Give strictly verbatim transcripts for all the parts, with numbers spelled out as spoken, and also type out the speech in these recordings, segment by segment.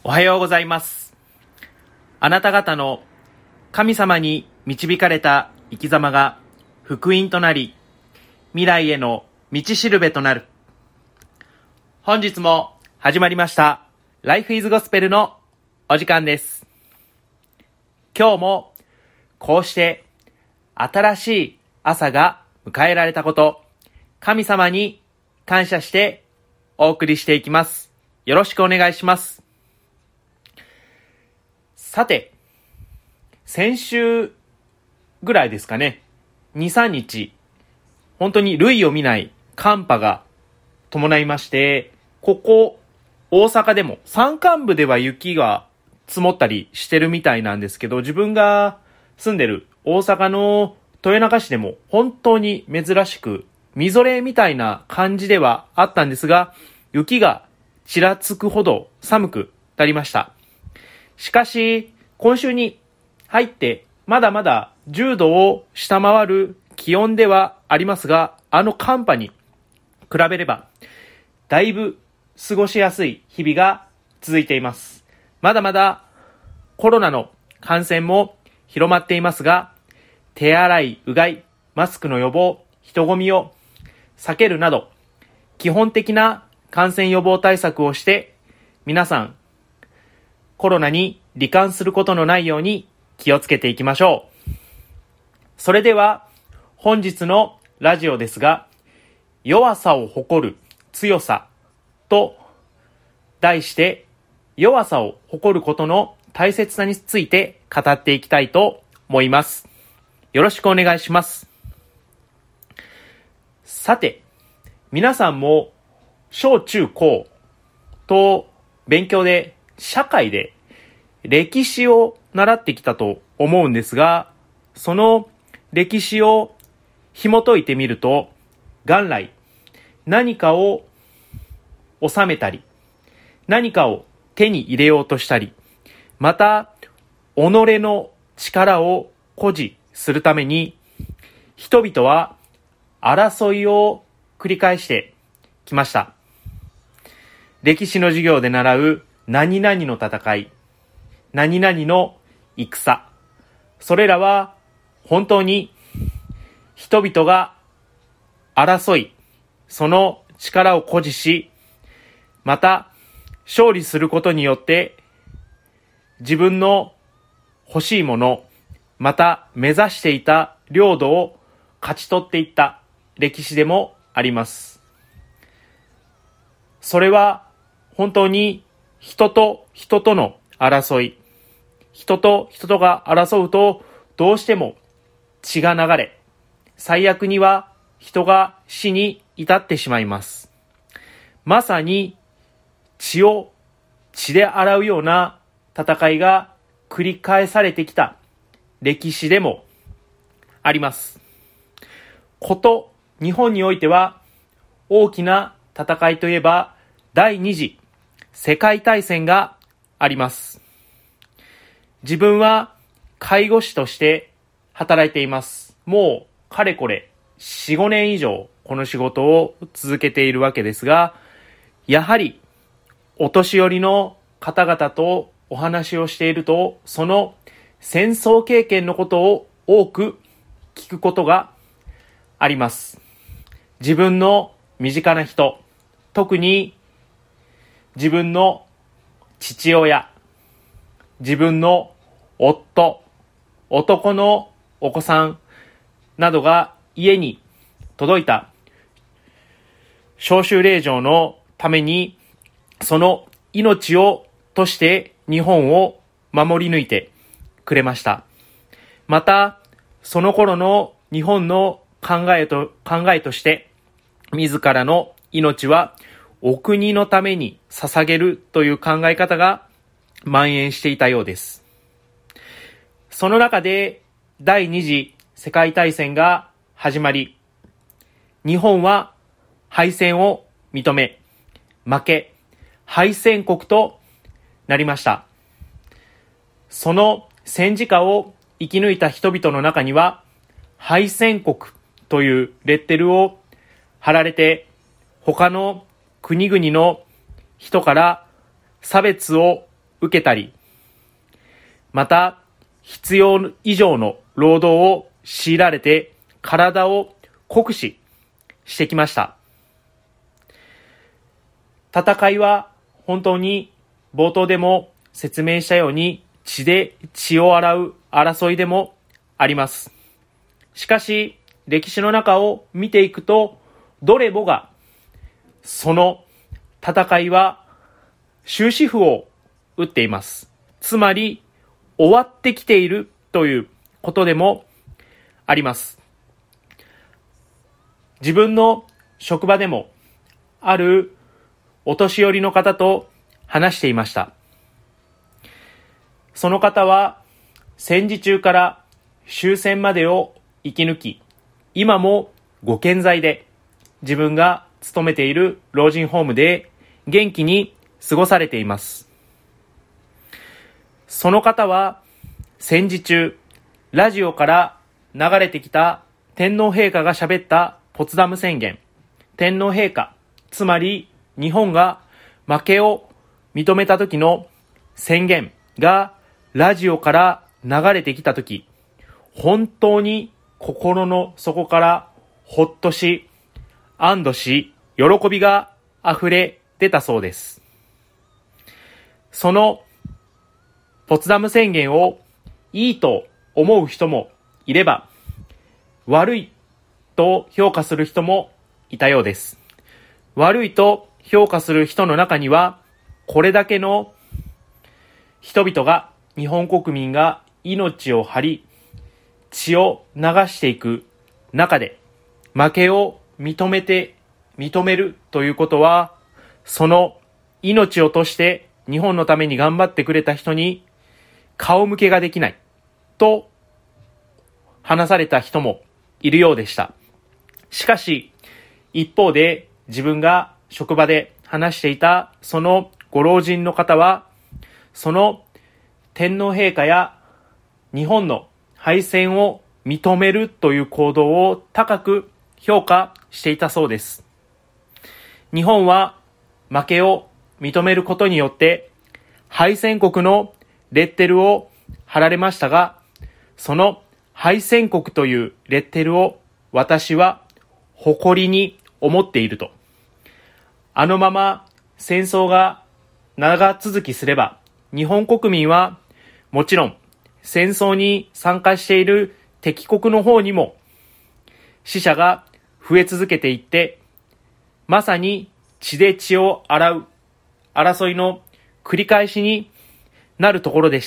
おはようございます。あなた方の神様に導かれた生き様が福音となり、未来への道しるべとなる。本日も始まりました Life is Gospel のお時間です。今日もこうして新しい朝が迎えられたこと、神様に感謝してお送りしていきます。よろしくお願いします。さて、先週ぐらいですかね、に、さんにち、本当に類を見ない寒波が伴いまして、ここ大阪でも山間部では雪が積もったりしてるみたいなんですけど、自分が住んでる大阪の豊中市でも本当に珍しくみぞれみたいな感じではあったんですが、雪がちらつくほど寒くなりました。しかし今週に入ってまだまだじゅうどを下回る気温ではありますが、あの寒波に比べればだいぶ過ごしやすい日々が続いています。まだまだコロナの感染も広まっていますが、手洗い、うがい、マスクの予防、人混みを避けるなど基本的な感染予防対策をして、皆さんコロナに罹患することのないように気をつけていきましょう。それでは本日のラジオですが、弱さを誇る強さと題して、弱さを誇ることの大切さについて語っていきたいと思います。よろしくお願いします。さて、皆さんも小中高と勉強で社会で歴史を習ってきたと思うんですが、その歴史を紐解いてみると、元来何かを収めたり、何かを手に入れようとしたり、また己の力を誇示するために、人々は争いを繰り返してきました。歴史の授業で習う何々の戦い、何々の戦、それらは本当に人々が争い、その力を誇示し、また勝利することによって自分の欲しいもの、また目指していた領土を勝ち取っていった歴史でもあります。それは本当に人と人との争い、人と人とが争うとどうしても血が流れ、最悪には人が死に至ってしまいます。まさに血を血で洗うような戦いが繰り返されてきた歴史でもあります。こと、日本においては大きな戦いといえば第二次世界大戦があります。自分は介護士として働いています。もうかれこれよん、ごねん以上この仕事を続けているわけですが、やはりお年寄りの方々とお話をしていると、その戦争経験のことを多く聞くことがあります。自分の身近な人、特に自分の父親、自分の夫、男のお子さんなどが家に届いた召集令状のために、その命を賭して日本を守り抜いてくれました。またその頃の日本の考えと考えとして、自らの命はお国のために捧げるという考え方が蔓延していたようです。その中で第二次世界大戦が始まり、日本は敗戦を認め、負け、敗戦国となりました。その戦時下を生き抜いた人々の中には、敗戦国というレッテルを貼られて、他の国々の人から差別を受けたり、また必要以上の労働を強いられて体を酷使してきました。戦いは本当に冒頭でも説明したように血で血を洗う争いでもあります。しかし歴史の中を見ていくと、どれもがその戦いは終止符を打っています。つまり終わってきているということでもあります。自分の職場でもあるお年寄りの方と話していました。その方は戦時中から終戦までを生き抜き、今もご健在で自分が勤めている老人ホームで元気に過ごされています。その方は戦時中、ラジオから流れてきた天皇陛下が喋ったポツダム宣言、天皇陛下、つまり日本が負けを認めた時の宣言がラジオから流れてきた時、本当に心の底からほっとし、安堵し、喜びが溢れ出たそうです。そのポツダム宣言をいいと思う人もいれば、悪いと評価する人もいたようです。悪いと評価する人の中には、これだけの人々が、日本国民が命を張り、血を流していく中で、負けを認めて、認めるということは、その命を賭して日本のために頑張ってくれた人に顔向けができないと話された人もいるようでした。しかし、一方で自分が職場で話していたそのご老人の方は、その天皇陛下や日本の敗戦を認めるという行動を高く評価していたそうです。日本は負けを認めることによって敗戦国のレッテルを貼られましたが、その敗戦国というレッテルを私は誇りに思っていると。あのまま戦争が長続きすれば、日本国民はもちろん戦争に参加している敵国の方にも死者が増え続けていって、まさに血で血を洗う争いの繰り返しになるところでした。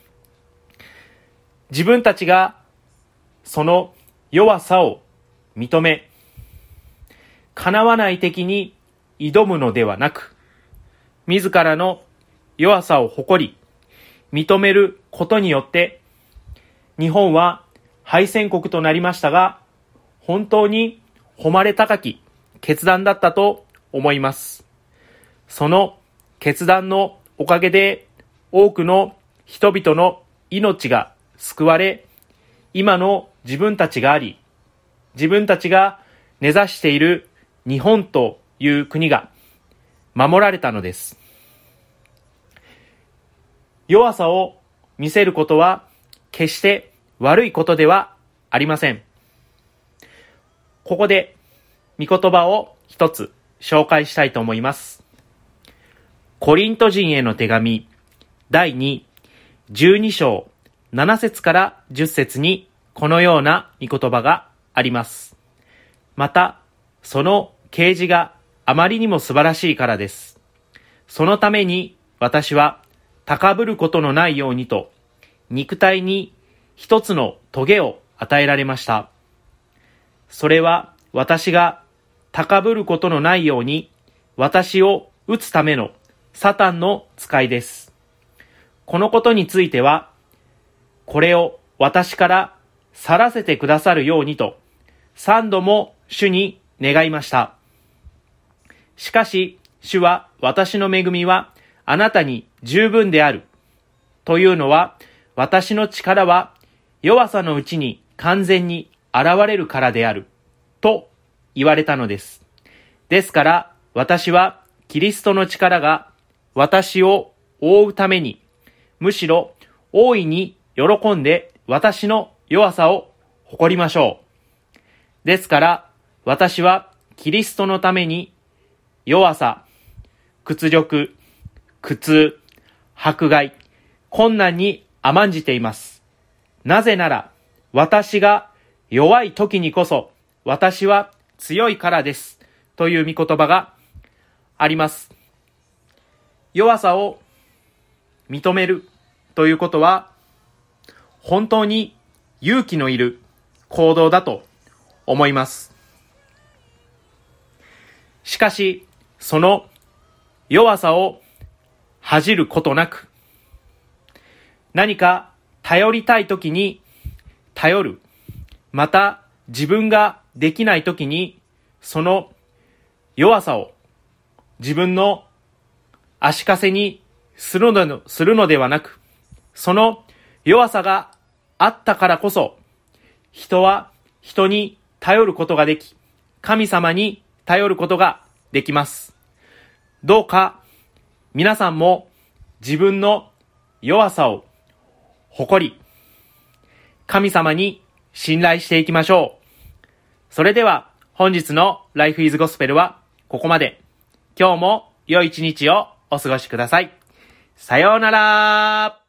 自分たちがその弱さを認め、叶わない敵に挑むのではなく、自らの弱さを誇り、認めることによって、日本は敗戦国となりましたが、本当に誉れ高き決断だったと思います。その決断のおかげで、多くの人々の命が救われ、今の自分たちがあり、自分たちが根ざしている日本という国が守られたのです。弱さを見せることは決して悪いことではありません。ここで御言葉を一つ紹介したいと思います。コリント人への手紙だいに、じゅうに章なな節からじゅっ節にこのような御言葉があります。また、その啓示があまりにも素晴らしいからです。そのために私は高ぶることのないようにと、肉体に一つの棘を与えられました。それは私が高ぶることのないように、私を打つためのサタンの使いです。このことについては、これを私から去らせてくださるようにと、三度も主に願いました。しかし、主は私の恵みはあなたに十分である。というのは、私の力は弱さのうちに完全に現れるからである。と言われたのです。ですから、私はキリストの力が私を覆うために、むしろ大いに喜んで私の弱さを誇りましょう。ですから、私はキリストのために弱さ、屈辱、苦痛、迫害、困難に甘んじています。なぜなら、私が弱い時にこそ、私は強いからです。という御言葉があります。弱さを認めるということは、本当に勇気のいる行動だと思います。しかし、その弱さを恥じることなく、何か頼りたいときに頼る、また自分ができないときにその弱さを自分の足かせにするの、するのではなく、その弱さがあったからこそ、人は人に頼ることができ、神様に頼ることができます。どうか皆さんも自分の弱さを誇り、神様に信頼していきましょう。それでは本日の Life is Gospel はここまで。今日も良い一日をお過ごしください。さようなら。